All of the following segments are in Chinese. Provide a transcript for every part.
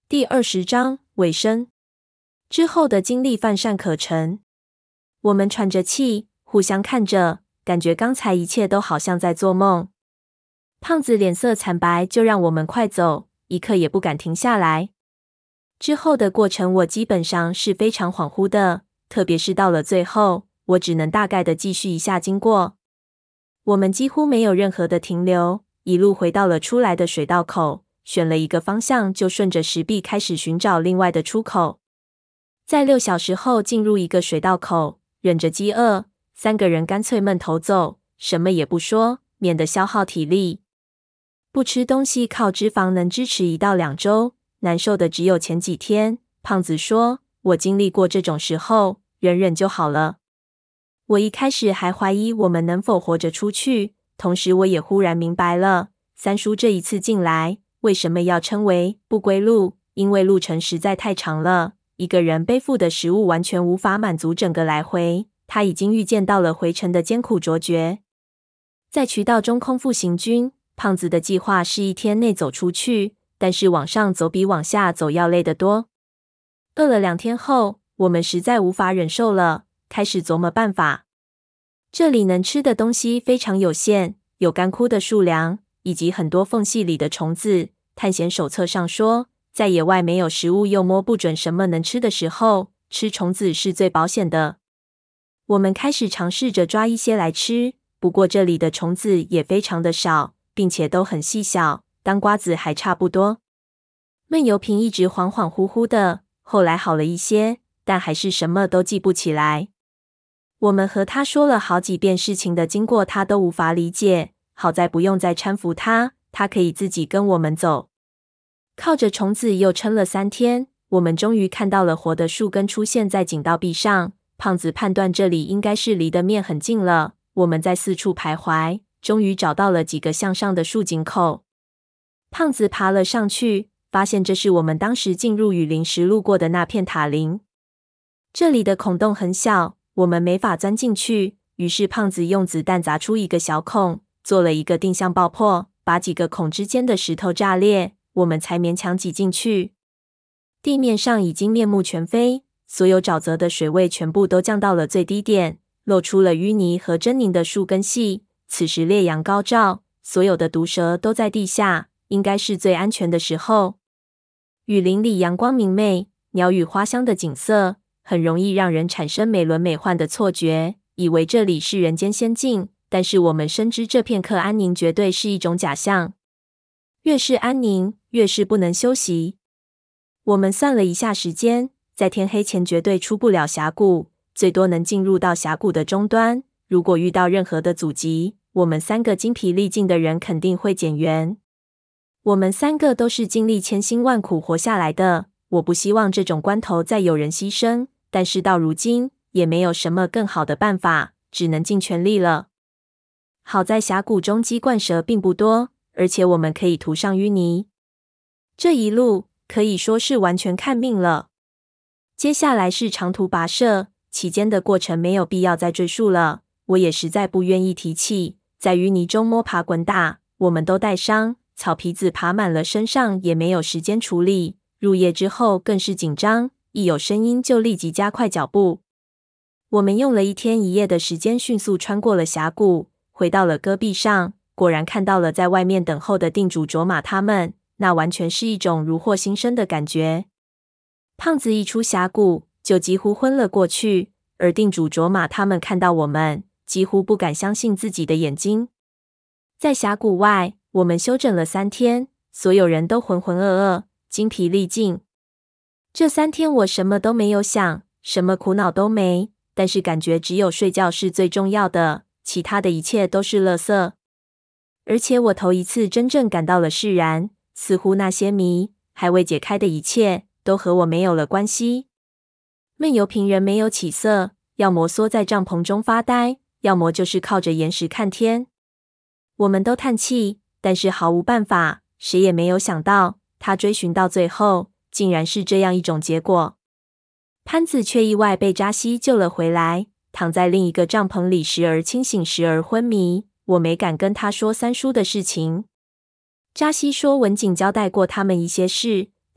第20章尾声。之后的经历泛善可陈。我们喘着气，互相看着，感觉刚才一切都好像在做梦。胖子脸色惨白，就让我们快走，一刻也不敢停下来。之后的过程我基本上是非常恍惚的，特别是到了最后，我只能大概的继续一下经过。我们几乎没有任何的停留，一路回到了出来的水道口，选了一个方向，就顺着石壁开始寻找另外的出口。在6小时后进入一个水道口，忍着饥饿，3个人干脆闷头走，什么也不说，免得消耗体力。不吃东西靠脂肪能支持1到2周，难受的只有前几天。胖子说，我经历过这种时候，忍忍就好了。我一开始还怀疑我们能否活着出去，同时我也忽然明白了，三叔这一次进来为什么要称为不归路，因为路程实在太长了，一个人背负的食物完全无法满足整个来回，他已经预见到了回程的艰苦卓绝。在渠道中空腹行军，胖子的计划是1天内走出去，但是往上走比往下走要累得多。饿了2天后，我们实在无法忍受了，开始琢磨办法。这里能吃的东西非常有限，有干枯的树梁，以及很多缝隙里的虫子。探险手册上说，在野外没有食物又摸不准什么能吃的时候，吃虫子是最保险的。我们开始尝试着抓一些来吃，不过这里的虫子也非常的少，并且都很细小，当瓜子还差不多。闷油瓶一直恍恍惚惚的，后来好了一些，但还是什么都记不起来。我们和他说了好几遍事情的经过，他都无法理解，好在不用再搀扶他，他可以自己跟我们走。靠着虫子又撑了3天，我们终于看到了活的树根出现在井道壁上。胖子判断这里应该是离的面很近了，我们在四处徘徊，终于找到了几个向上的树井口。胖子爬了上去，发现这是我们当时进入雨林时路过的那片塔林。这里的孔洞很小，我们没法钻进去，于是胖子用子弹砸出一个小孔，做了一个定向爆破，把几个孔之间的石头炸裂，我们才勉强挤进去。地面上已经面目全非，所有沼泽的水位全部都降到了最低点，露出了淤泥和狰狞的树根系。此时烈阳高照，所有的毒蛇都在地下，应该是最安全的时候。雨林里阳光明媚，鸟语花香的景色很容易让人产生美轮美奂的错觉，以为这里是人间仙境，但是我们深知这片刻安宁绝对是一种假象。越是安宁，越是不能休息。我们算了一下时间，在天黑前绝对出不了峡谷，最多能进入到峡谷的终端。如果遇到任何的阻击，我们3个精疲力尽的人肯定会减员。我们3个都是经历千辛万苦活下来的，我不希望这种关头再有人牺牲，但是到如今也没有什么更好的办法，只能尽全力了。好在峡谷中鸡冠蛇并不多，而且我们可以涂上淤泥。这一路可以说是完全看命了。接下来是长途跋涉，期间的过程没有必要再赘述了，我也实在不愿意提起。在淤泥中摸爬滚打，我们都带伤，草皮子爬满了身上，也没有时间处理。入夜之后更是紧张，一有声音就立即加快脚步。我们用了1天1夜的时间迅速穿过了峡谷，回到了戈壁上，果然看到了在外面等候的定主卓玛他们，那完全是一种如获新生的感觉。胖子一出峡谷就几乎昏了过去，而定主卓玛他们看到我们，几乎不敢相信自己的眼睛。在峡谷外，我们休整了3天，所有人都浑浑噩噩，精疲力尽。这3天我什么都没有想，什么苦恼都没，但是感觉只有睡觉是最重要的，其他的一切都是垃圾。而且我头一次真正感到了释然，似乎那些谜还未解开的一切都和我没有了关系。闷油瓶人没有起色，要么缩在帐篷中发呆，要么就是靠着岩石看天。我们都叹气，但是毫无办法，谁也没有想到，他追寻到最后，竟然是这样一种结果。潘子却意外被扎西救了回来，躺在另一个帐篷里，时而清醒，时而昏迷。我没敢跟他说三叔的事情。扎西说文景交代过他们一些事，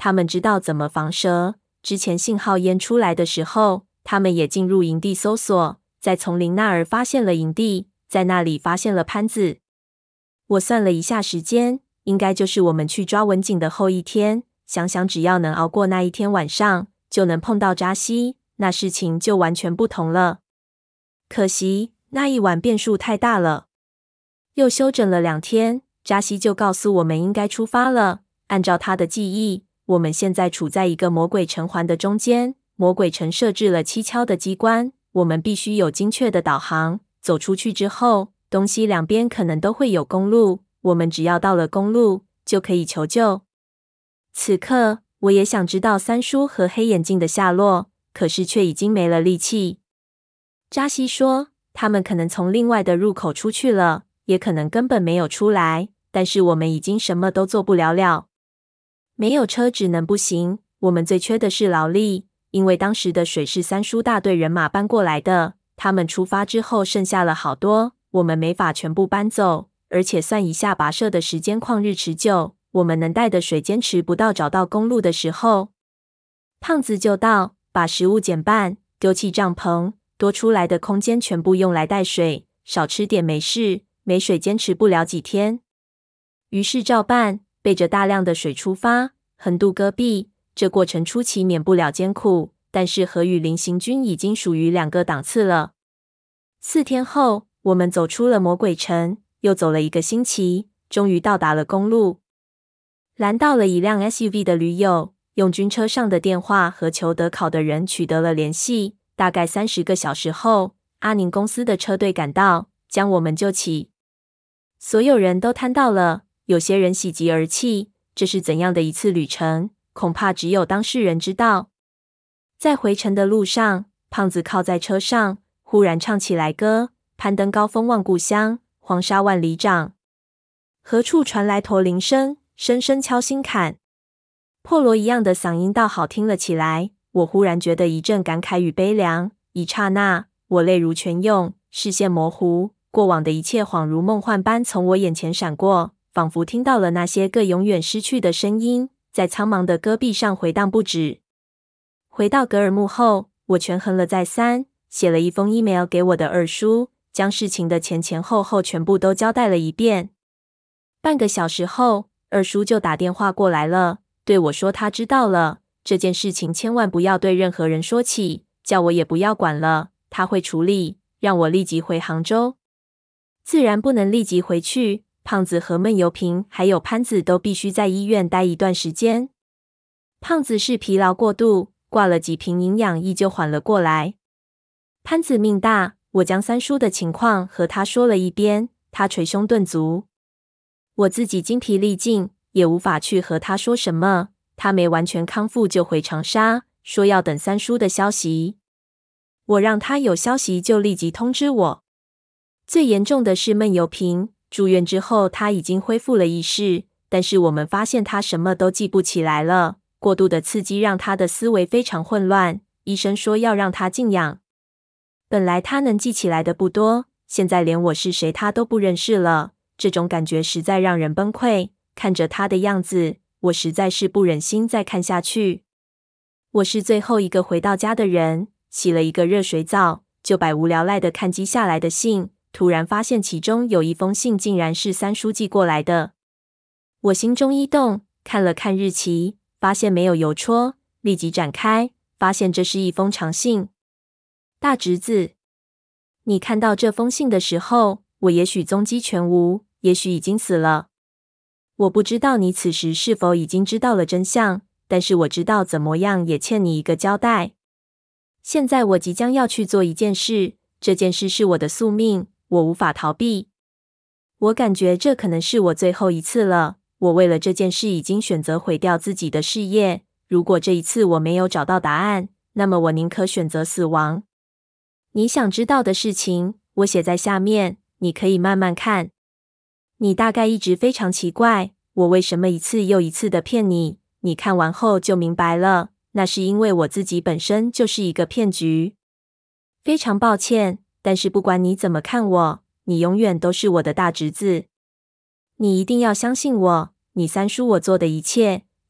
他们知道怎么防蛇。之前信号烟出来的时候，他们也进入营地搜索，在丛林那儿发现了营地，在那里发现了潘子。我算了一下时间，应该就是我们去抓文景的后一天。想想只要能熬过那一天晚上，就能碰到扎西，那事情就完全不同了。可惜那一晚变数太大了。又休整了2天，扎西就告诉我们应该出发了。按照他的记忆，我们现在处在一个魔鬼城环的中间，魔鬼城设置了蹊跷的机关，我们必须有精确的导航。走出去之后，东西两边可能都会有公路，我们只要到了公路，就可以求救。此刻，我也想知道三叔和黑眼镜的下落，可是却已经没了力气。扎西说，他们可能从另外的入口出去了，也可能根本没有出来，但是我们已经什么都做不了了。没有车只能步行，我们最缺的是劳力，因为当时的水是三叔大队人马搬过来的，他们出发之后剩下了好多，我们没法全部搬走，而且算一下跋涉的时间旷日持久，我们能带的水坚持不到找到公路的时候。胖子就到，把食物减半，丢弃帐篷，多出来的空间全部用来带水，少吃点没事，没水坚持不了几天。于是照办，背着大量的水出发，横渡戈壁。这过程初期免不了艰苦，但是和与林行军已经属于2个档次了。4天后，我们走出了魔鬼城，又走了1个星期，终于到达了公路。拦到了一辆 SUV 的驴友，用军车上的电话和裘德考的人取得了联系。大概30个小时后，阿宁公司的车队赶到，将我们救起。所有人都瘫倒了，有些人喜极而泣。这是怎样的一次旅程？恐怕只有当事人知道。在回程的路上，胖子靠在车上，忽然唱起来歌：攀登高峰望故乡，黄沙万里长。何处传来驼铃声，声声敲心坎。破锣一样的嗓音倒好听了起来，我忽然觉得一阵感慨与悲凉。一刹那，我泪如泉涌，视线模糊，过往的一切恍如梦幻般从我眼前闪过，仿佛听到了那些个永远失去的声音，在苍茫的戈壁上回荡不止。回到格尔木后，我权衡了再三，写了一封 email 给我的二叔，将事情的前前后后全部都交代了一遍。半个小时后，二叔就打电话过来了，对我说他知道了，这件事情千万不要对任何人说起，叫我也不要管了，他会处理，让我立即回杭州。自然不能立即回去，胖子和闷油瓶还有潘子都必须在医院待一段时间。胖子是疲劳过度，挂了几瓶营养液就缓了过来。潘子命大，我将三叔的情况和他说了一遍，他捶胸顿足。我自己精疲力尽，也无法去和他说什么。他没完全康复就回长沙，说要等三叔的消息。我让他有消息就立即通知我。最严重的是闷油瓶，住院之后他已经恢复了意识，但是我们发现他什么都记不起来了。过度的刺激让他的思维非常混乱，医生说要让他静养。本来他能记起来的不多，现在连我是谁他都不认识了，这种感觉实在让人崩溃。看着他的样子，我实在是不忍心再看下去。我是最后一个回到家的人，洗了一个热水澡，就百无聊赖地看积下来的信，突然发现其中有一封信竟然是三叔寄过来的。我心中一动，看了看日期，发现没有邮戳，立即展开，发现这是一封长信。大侄子，你看到这封信的时候，我也许踪迹全无，也许已经死了。我不知道你此时是否已经知道了真相，但是我知道怎么样也欠你一个交代。现在我即将要去做一件事，这件事是我的宿命，我无法逃避。我感觉这可能是我最后一次了，我为了这件事已经选择毁掉自己的事业。如果这一次我没有找到答案，那么我宁可选择死亡。你想知道的事情，我写在下面，你可以慢慢看。你大概一直非常奇怪，我为什么一次又一次的骗你，你看完后就明白了，那是因为我自己本身就是一个骗局。非常抱歉，但是不管你怎么看我，你永远都是我的大侄子。你一定要相信我，你三叔我做的一切，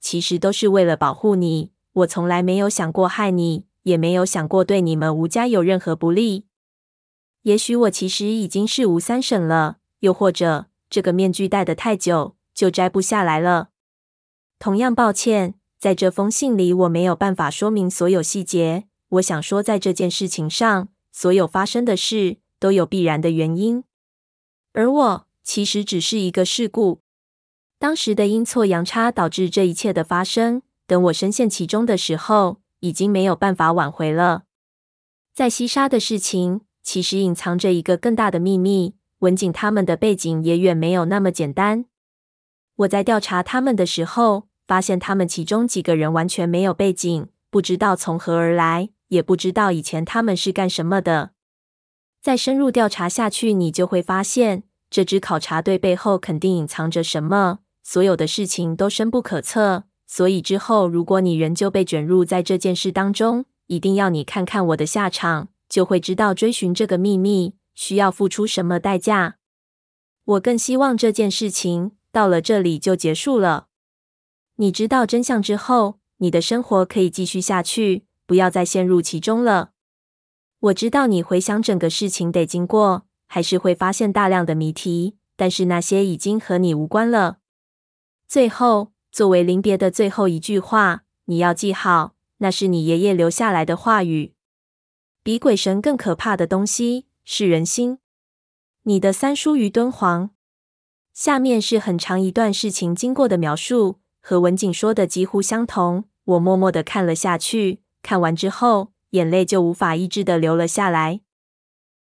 其实都是为了保护你。我从来没有想过害你，也没有想过对你们吴家有任何不利。也许我其实已经是吴三省了，又或者这个面具戴得太久，就摘不下来了。同样抱歉，在这封信里我没有办法说明所有细节。我想说，在这件事情上，所有发生的事都有必然的原因，而我其实只是一个事故。当时的阴错阳差导致这一切的发生，等我深陷其中的时候，已经没有办法挽回了。在西沙的事情，其实隐藏着一个更大的秘密，文景他们的背景也远没有那么简单。我在调查他们的时候，发现他们其中几个人完全没有背景，不知道从何而来，也不知道以前他们是干什么的。再深入调查下去，你就会发现，这支考察队背后肯定隐藏着什么，所有的事情都深不可测。所以之后，如果你仍旧被卷入在这件事当中，一定要你看看我的下场，就会知道追寻这个秘密需要付出什么代价。我更希望这件事情到了这里就结束了。你知道真相之后，你的生活可以继续下去，不要再陷入其中了。我知道你回想整个事情得经过，还是会发现大量的谜题，但是那些已经和你无关了。最后，作为临别的最后一句话，你要记好，那是你爷爷留下来的话语。比鬼神更可怕的东西是人心。你的三叔于敦煌。下面是很长一段事情经过的描述，和文景说的几乎相同。我默默地看了下去，看完之后，眼泪就无法抑制地流了下来。